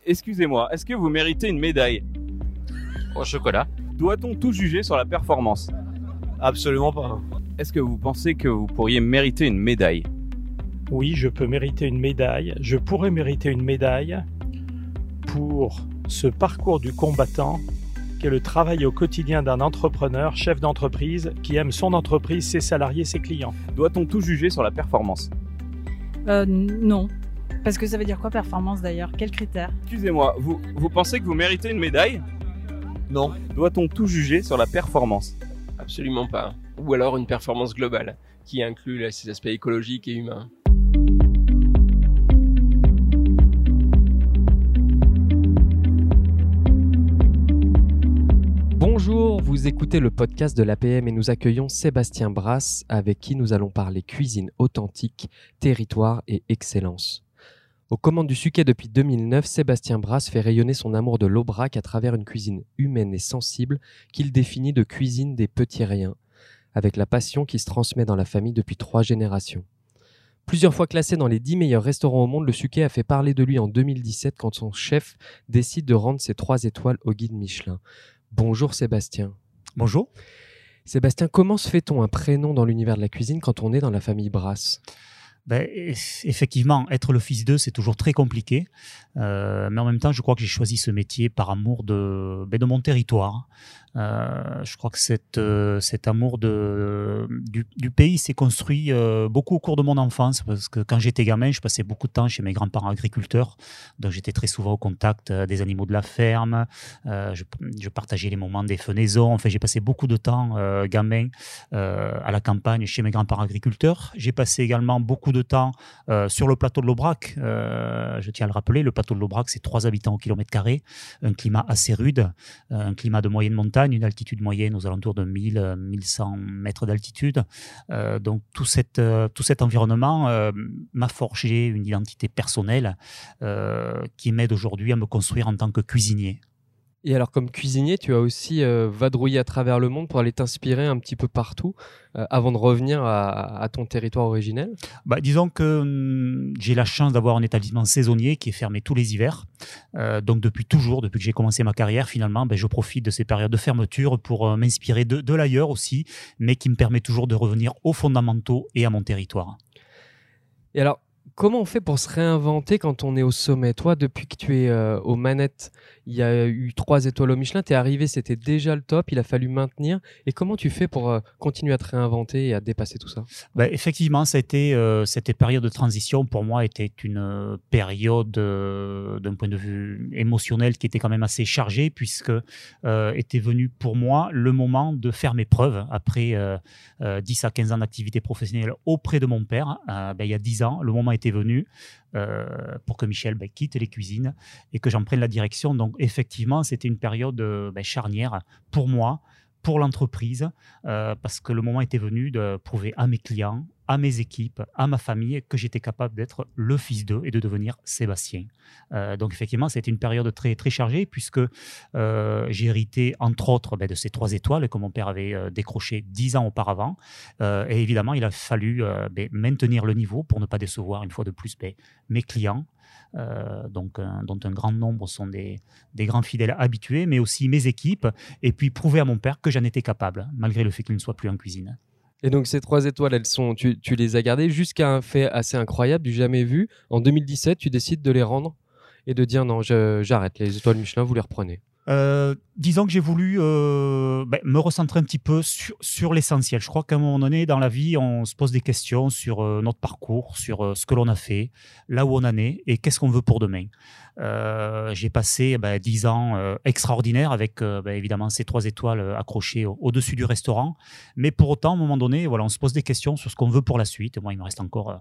Excusez-moi, est-ce que vous méritez une médaille ? Au chocolat. Doit-on tout juger sur la performance ? Absolument pas. Est-ce que vous pensez que vous pourriez mériter une médaille ? Oui, je peux mériter une médaille. Je pourrais mériter une médaille pour ce parcours du combattant qu'est le travail au quotidien d'un entrepreneur, chef d'entreprise, qui aime son entreprise, ses salariés, ses clients. Doit-on tout juger sur la performance ? Non. Parce que ça veut dire quoi performance d'ailleurs ? Quels critères ? Excusez-moi, vous pensez que vous méritez une médaille ? Non. Doit-on tout juger sur la performance ? Absolument pas. Ou alors une performance globale, qui inclut ces aspects écologiques et humains. Bonjour, vous écoutez le podcast de l'APM et nous accueillons Sébastien Brasse avec qui nous allons parler cuisine authentique, territoire et excellence. Aux commandes du Suquet depuis 2009, Sébastien Brasse fait rayonner son amour de l'Aubrac à travers une cuisine humaine et sensible qu'il définit de cuisine des petits riens, avec la passion qui se transmet dans la famille depuis 3 générations. Plusieurs fois classé dans les 10 meilleurs restaurants au monde, le Suquet a fait parler de lui en 2017 quand son chef décide de rendre ses 3 étoiles au guide Michelin. Bonjour Sébastien. Bonjour. Sébastien, comment se fait-on un prénom dans l'univers de la cuisine quand on est dans la famille Brasse ? Effectivement, être le fils d'eux, c'est toujours très compliqué. Mais en même temps, je crois que j'ai choisi ce métier par amour de mon territoire. Je crois que cet amour du pays s'est construit beaucoup au cours de mon enfance, parce que quand j'étais gamin, je passais beaucoup de temps chez mes grands-parents agriculteurs, donc j'étais très souvent au contact des animaux de la ferme, je partageais les moments des fenaisons, enfin j'ai passé beaucoup de temps gamin à la campagne chez mes grands-parents agriculteurs. J'ai passé également beaucoup de temps sur le plateau de l'Aubrac. Je tiens à le rappeler, le plateau de l'Aubrac, c'est 3 habitants au kilomètre carré, un climat assez rude, un climat de moyenne montagne, une altitude moyenne aux alentours de 1000-1100 mètres d'altitude. Donc tout cet environnement m'a forgé une identité personnelle qui m'aide aujourd'hui à me construire en tant que cuisinier. Et alors, comme cuisinier, tu as aussi vadrouillé à travers le monde pour aller t'inspirer un petit peu partout avant de revenir à ton territoire originel ? Disons que j'ai la chance d'avoir un établissement saisonnier qui est fermé tous les hivers. Donc, depuis que j'ai commencé ma carrière, finalement, je profite de ces périodes de fermeture pour m'inspirer de l'ailleurs aussi, mais qui me permet toujours de revenir aux fondamentaux et à mon territoire. Et alors, comment on fait pour se réinventer quand on est au sommet ? Toi, depuis que tu es aux manettes, il y a eu 3 étoiles au Michelin. Tu es arrivé, c'était déjà le top. Il a fallu maintenir. Et comment tu fais pour continuer à te réinventer et à dépasser tout ça ? Effectivement, cette période de transition, pour moi, était une période d'un point de vue émotionnel qui était quand même assez chargée, puisque était venu pour moi le moment de faire mes preuves après 10 à 15 ans d'activité professionnelle auprès de mon père. Il y a 10 ans, le moment était venu pour que Michel quitte les cuisines et que j'en prenne la direction. Donc effectivement, c'était une période charnière pour moi, pour l'entreprise, parce que le moment était venu de prouver à mes clients, à mes équipes, à ma famille, que j'étais capable d'être le fils d'eux et de devenir Sébastien. Donc effectivement, c'était une période très, très chargée, puisque j'ai hérité, entre autres, de ces 3 étoiles que mon père avait décrochées 10 ans auparavant. Et évidemment, il a fallu maintenir le niveau pour ne pas décevoir, une fois de plus, mes clients. Dont un grand nombre sont des grands fidèles habitués, mais aussi mes équipes, et puis prouver à mon père que j'en étais capable, malgré le fait qu'il ne soit plus en cuisine. Et donc ces 3 étoiles, tu les as gardées jusqu'à un fait assez incroyable, du jamais vu. En 2017, tu décides de les rendre et de dire non, j'arrête, les étoiles Michelin, vous les reprenez. Disons que j'ai voulu me recentrer un petit peu sur l'essentiel. Je crois qu'à un moment donné dans la vie, on se pose des questions sur notre parcours, sur ce que l'on a fait, là où on en est et qu'est-ce qu'on veut pour demain. J'ai passé 10 ans extraordinaires avec évidemment ces 3 étoiles accrochées au-dessus du restaurant. Mais pour autant, à un moment donné, on se pose des questions sur ce qu'on veut pour la suite. Moi, il me reste encore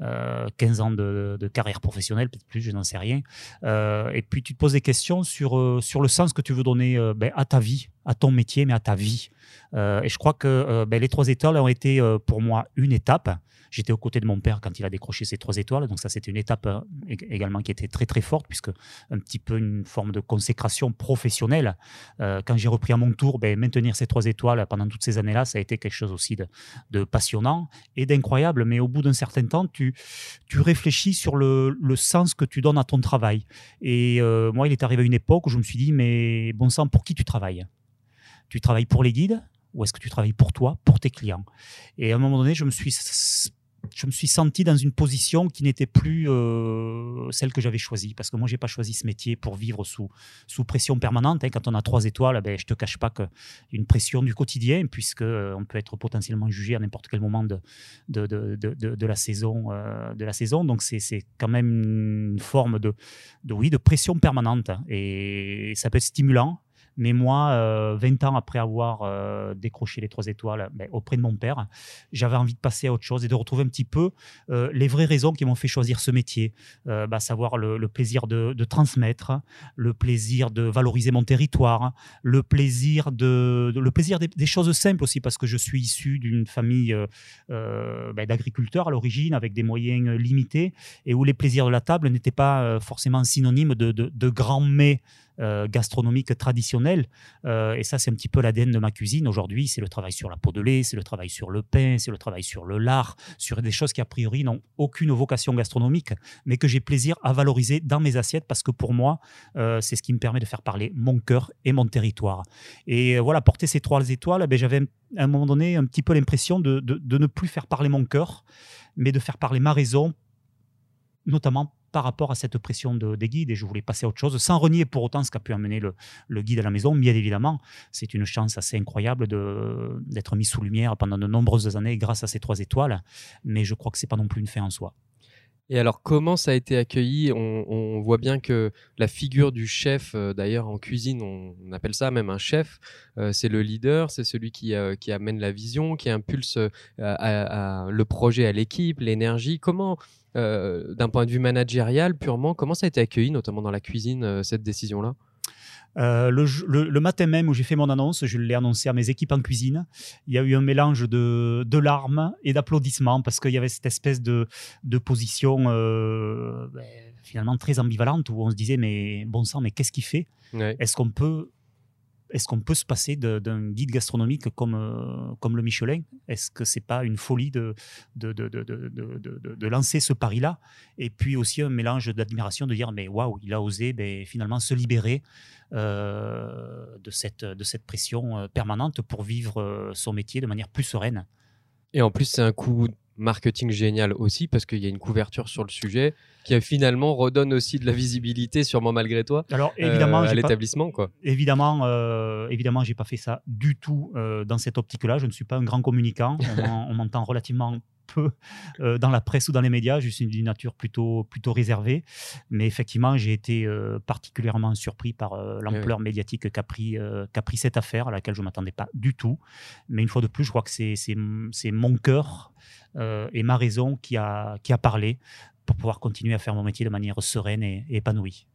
15 ans de carrière professionnelle, peut-être plus, je n'en sais rien. Et puis, tu te poses des questions sur le sens que tu veux donner à ta vie, à ton métier, mais à ta vie. Et je crois que les 3 étoiles ont été pour moi une étape. J'étais aux côtés de mon père quand il a décroché ses 3 étoiles, donc ça c'était une étape également qui était très très forte, puisque un petit peu une forme de consécration professionnelle. Quand j'ai repris à mon tour, maintenir ces 3 étoiles pendant toutes ces années-là, ça a été quelque chose aussi de passionnant et d'incroyable, mais au bout d'un certain temps, tu réfléchis sur le sens que tu donnes à ton travail. Et moi, il est arrivé une époque où je me suis dit, mais bon sang, pour qui tu travailles ? Tu travailles pour les guides ou est-ce que tu travailles pour toi, pour tes clients ? Et à un moment donné, je me suis senti dans une position qui n'était plus celle que j'avais choisie. Parce que moi, je n'ai pas choisi ce métier pour vivre sous pression permanente. Quand on a 3 étoiles, je ne te cache pas qu'il y a une pression du quotidien, puisqu'on peut être potentiellement jugé à n'importe quel moment de la saison. Donc, c'est quand même une forme de pression permanente. Et ça peut être stimulant. Mais moi, 20 ans après avoir décroché les 3 étoiles auprès de mon père, j'avais envie de passer à autre chose et de retrouver un petit peu les vraies raisons qui m'ont fait choisir ce métier. Savoir le plaisir de transmettre, le plaisir de valoriser mon territoire, le plaisir des choses simples aussi, parce que je suis issu d'une famille d'agriculteurs à l'origine, avec des moyens limités, et où les plaisirs de la table n'étaient pas forcément synonymes de grands mets gastronomique traditionnel. Et ça, c'est un petit peu l'ADN de ma cuisine. Aujourd'hui, c'est le travail sur la peau de lait, c'est le travail sur le pain, c'est le travail sur le lard, sur des choses qui, a priori, n'ont aucune vocation gastronomique, mais que j'ai plaisir à valoriser dans mes assiettes, parce que pour moi, c'est ce qui me permet de faire parler mon cœur et mon territoire. Et voilà, porter ces 3 étoiles, j'avais à un moment donné un petit peu l'impression de ne plus faire parler mon cœur, mais de faire parler ma raison, notamment par rapport à cette pression des guides, et je voulais passer à autre chose, sans renier pour autant ce qu'a pu amener le guide à la maison. Bien évidemment, c'est une chance assez incroyable d'être mis sous lumière pendant de nombreuses années grâce à ces 3 étoiles, mais je crois que ce n'est pas non plus une fin en soi. Et alors, comment ça a été accueilli ? On voit bien que la figure du chef, d'ailleurs en cuisine, on appelle ça même un chef, c'est le leader, c'est celui qui amène la vision, qui impulse le projet à l'équipe, l'énergie. Comment, d'un point de vue managérial purement, comment ça a été accueilli, notamment dans la cuisine, cette décision-là ? Le matin même où j'ai fait mon annonce, je l'ai annoncé à mes équipes en cuisine. Il y a eu un mélange de larmes et d'applaudissements, parce qu'il y avait cette espèce de position finalement très ambivalente, où on se disait, mais bon sang, mais qu'est-ce qu'il fait ? Ouais. Est-ce qu'on peut se passer d'un guide gastronomique comme le Michelin ? Est-ce que c'est pas une folie de lancer ce pari-là ? Et puis aussi un mélange d'admiration, de dire, mais waouh, il a osé finalement se libérer de cette pression permanente pour vivre son métier de manière plus sereine. Et en plus, c'est un coup marketing génial aussi, parce qu'il y a une couverture sur le sujet qui finalement redonne aussi de la visibilité, sûrement malgré toi. Alors évidemment, à l'établissement, quoi. Évidemment, j'ai pas fait ça du tout dans cette optique-là. Je ne suis pas un grand communicant. On m'entend relativement peu dans la presse ou dans les médias. Je suis d'une nature plutôt réservée, mais effectivement, j'ai été particulièrement surpris par l'ampleur médiatique qu'a pris cette affaire, à laquelle je ne m'attendais pas du tout. Mais une fois de plus, je crois que c'est mon cœur et ma raison qui a parlé pour pouvoir continuer à faire mon métier de manière sereine et épanouie.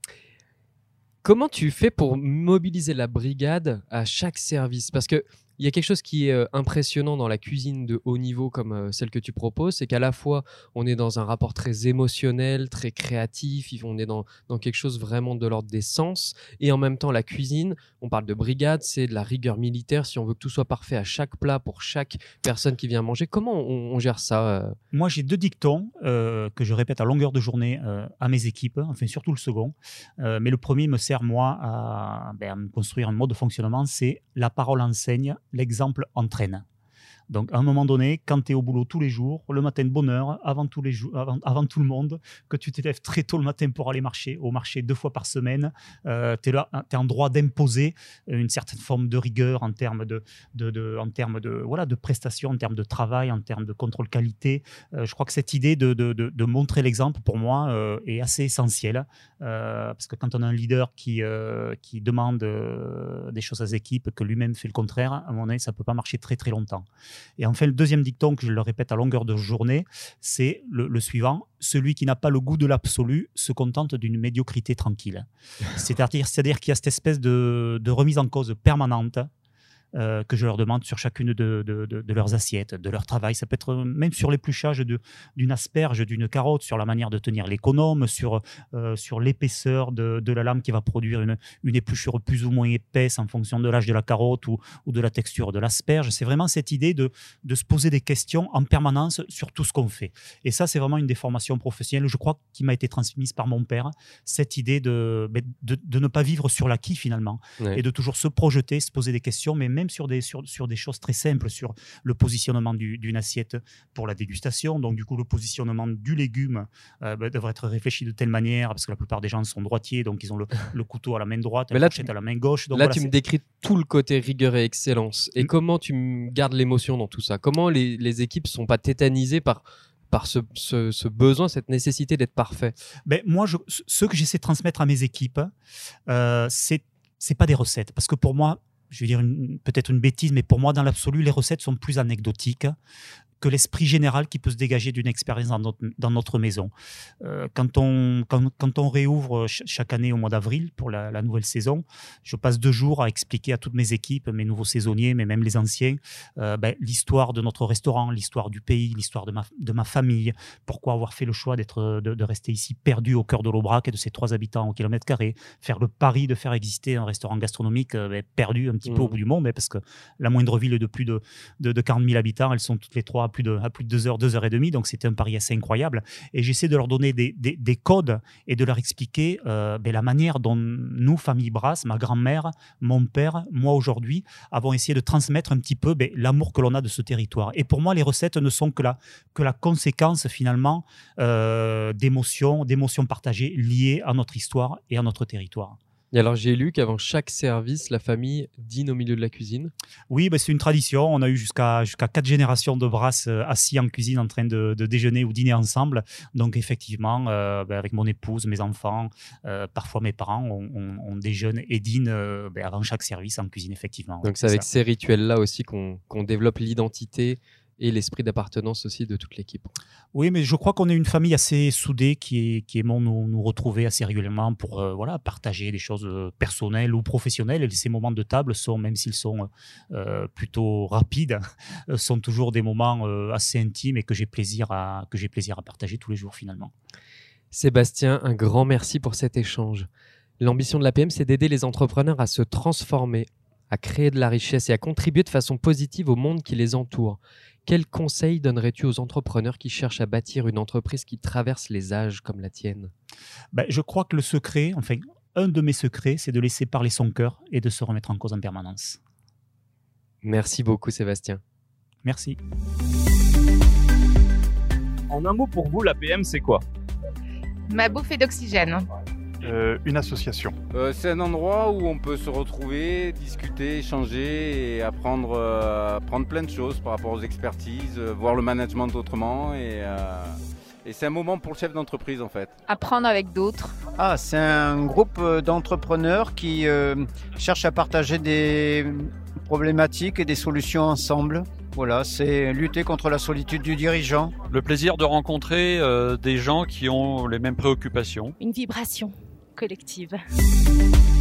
Comment tu fais pour mobiliser la brigade à chaque service ? Parce que il y a quelque chose qui est impressionnant dans la cuisine de haut niveau comme celle que tu proposes, c'est qu'à la fois on est dans un rapport très émotionnel, très créatif, on est dans quelque chose vraiment de l'ordre des sens, et en même temps la cuisine, on parle de brigade, c'est de la rigueur militaire, si on veut que tout soit parfait à chaque plat pour chaque personne qui vient manger. Comment on gère ça ? Moi, j'ai 2 dictons que je répète à longueur de journée à mes équipes, enfin surtout le second, mais le premier me sert moi à me construire un mode de fonctionnement, c'est la parole enseigne, l'exemple entraîne. Donc, à un moment donné, quand tu es au boulot tous les jours, le matin de bonne heure, avant tout le monde, que tu t'élèves très tôt le matin pour aller au marché 2 fois par semaine, tu es en droit d'imposer une certaine forme de rigueur en termes de prestations, en termes de travail, en termes de contrôle qualité. Je crois que cette idée de montrer l'exemple, pour moi, est assez essentielle. Parce que quand on a un leader qui demande des choses à ses équipes, que lui-même fait le contraire, à un moment donné, ça ne peut pas marcher très très longtemps. Et enfin, le deuxième dicton que je le répète à longueur de journée, c'est le suivant. Celui qui n'a pas le goût de l'absolu se contente d'une médiocrité tranquille. C'est-à-dire qu'il y a cette espèce de remise en cause permanente que je leur demande sur chacune de leurs assiettes, de leur travail. Ça peut être même sur l'épluchage d'une asperge, d'une carotte, sur la manière de tenir l'économe, sur l'épaisseur de la lame qui va produire une épluchure plus ou moins épaisse en fonction de l'âge de la carotte ou de la texture de l'asperge. C'est vraiment cette idée de se poser des questions en permanence sur tout ce qu'on fait. Et ça, c'est vraiment une des formations professionnelles, je crois, qui m'a été transmise par mon père, cette idée de ne pas vivre sur l'acquis finalement, et de toujours se projeter, se poser des questions, mais même sur des choses très simples, sur le positionnement d'une assiette pour la dégustation. Donc, du coup, le positionnement du légume devrait être réfléchi de telle manière, parce que la plupart des gens sont droitiers, donc ils ont le couteau à la main droite, la fourchette à la main gauche. Donc, là, voilà, tu me décris tout le côté rigueur et excellence. Et comment tu gardes l'émotion dans tout ça? Comment les équipes ne sont pas tétanisées par ce besoin, cette nécessité d'être parfait? Moi, ce que j'essaie de transmettre à mes équipes, c'est pas des recettes. Parce que pour moi, je vais dire peut-être une bêtise, mais pour moi, dans l'absolu, les recettes sont plus anecdotiques que l'esprit général qui peut se dégager d'une expérience dans notre maison. Quand on réouvre chaque année au mois d'avril pour la nouvelle saison, je passe 2 jours à expliquer à toutes mes équipes, mes nouveaux saisonniers, mais même les anciens, l'histoire de notre restaurant, l'histoire du pays, l'histoire de ma famille, pourquoi avoir fait le choix de rester ici perdu au cœur de l'Aubrac et de ses 3 habitants au kilomètre carré, faire le pari de faire exister un restaurant gastronomique perdu un petit peu au bout du monde, parce que la moindre ville de plus de 40 000 habitants, elles sont toutes les 3 à plus de 2 heures, 2 heures et demie, donc c'était un pari assez incroyable. Et j'essaie de leur donner des codes et de leur expliquer la manière dont nous, famille Brasse, ma grand-mère, mon père, moi aujourd'hui, avons essayé de transmettre un petit peu l'amour que l'on a de ce territoire. Et pour moi, les recettes ne sont que la conséquence finalement d'émotions partagées liées à notre histoire et à notre territoire. Et alors, j'ai lu qu'avant chaque service, la famille dîne au milieu de la cuisine. Oui, c'est une tradition. On a eu jusqu'à 4 générations de Brasse assis en cuisine en train de déjeuner ou dîner ensemble. Donc, effectivement, avec mon épouse, mes enfants, parfois mes parents, on déjeune et dîne avant chaque service en cuisine, effectivement. Donc, c'est avec ces rituels-là aussi qu'on développe l'identité et l'esprit d'appartenance aussi de toute l'équipe. Oui, mais je crois qu'on est une famille assez soudée qui aimons nous retrouver assez régulièrement pour partager des choses personnelles ou professionnelles. Et ces moments de table sont, même s'ils sont plutôt rapides, sont toujours des moments assez intimes et que j'ai plaisir à partager tous les jours finalement. Sébastien, un grand merci pour cet échange. L'ambition de l'APM, c'est d'aider les entrepreneurs à se transformer, à créer de la richesse et à contribuer de façon positive au monde qui les entoure. Quels conseils donnerais-tu aux entrepreneurs qui cherchent à bâtir une entreprise qui traverse les âges comme la tienne? Je crois que le secret, un de mes secrets, c'est de laisser parler son cœur et de se remettre en cause en permanence. Merci beaucoup, Sébastien. Merci. En un mot pour vous, l'APM, c'est quoi? Ma bouffée d'oxygène. Une association. C'est un endroit où on peut se retrouver, discuter, échanger et apprendre plein de choses par rapport aux expertises, voir le management autrement et c'est un moment pour le chef d'entreprise en fait. Apprendre avec d'autres. C'est un groupe d'entrepreneurs qui cherchent à partager des problématiques et des solutions ensemble. Voilà, c'est lutter contre la solitude du dirigeant. Le plaisir de rencontrer des gens qui ont les mêmes préoccupations. Une vibration collective.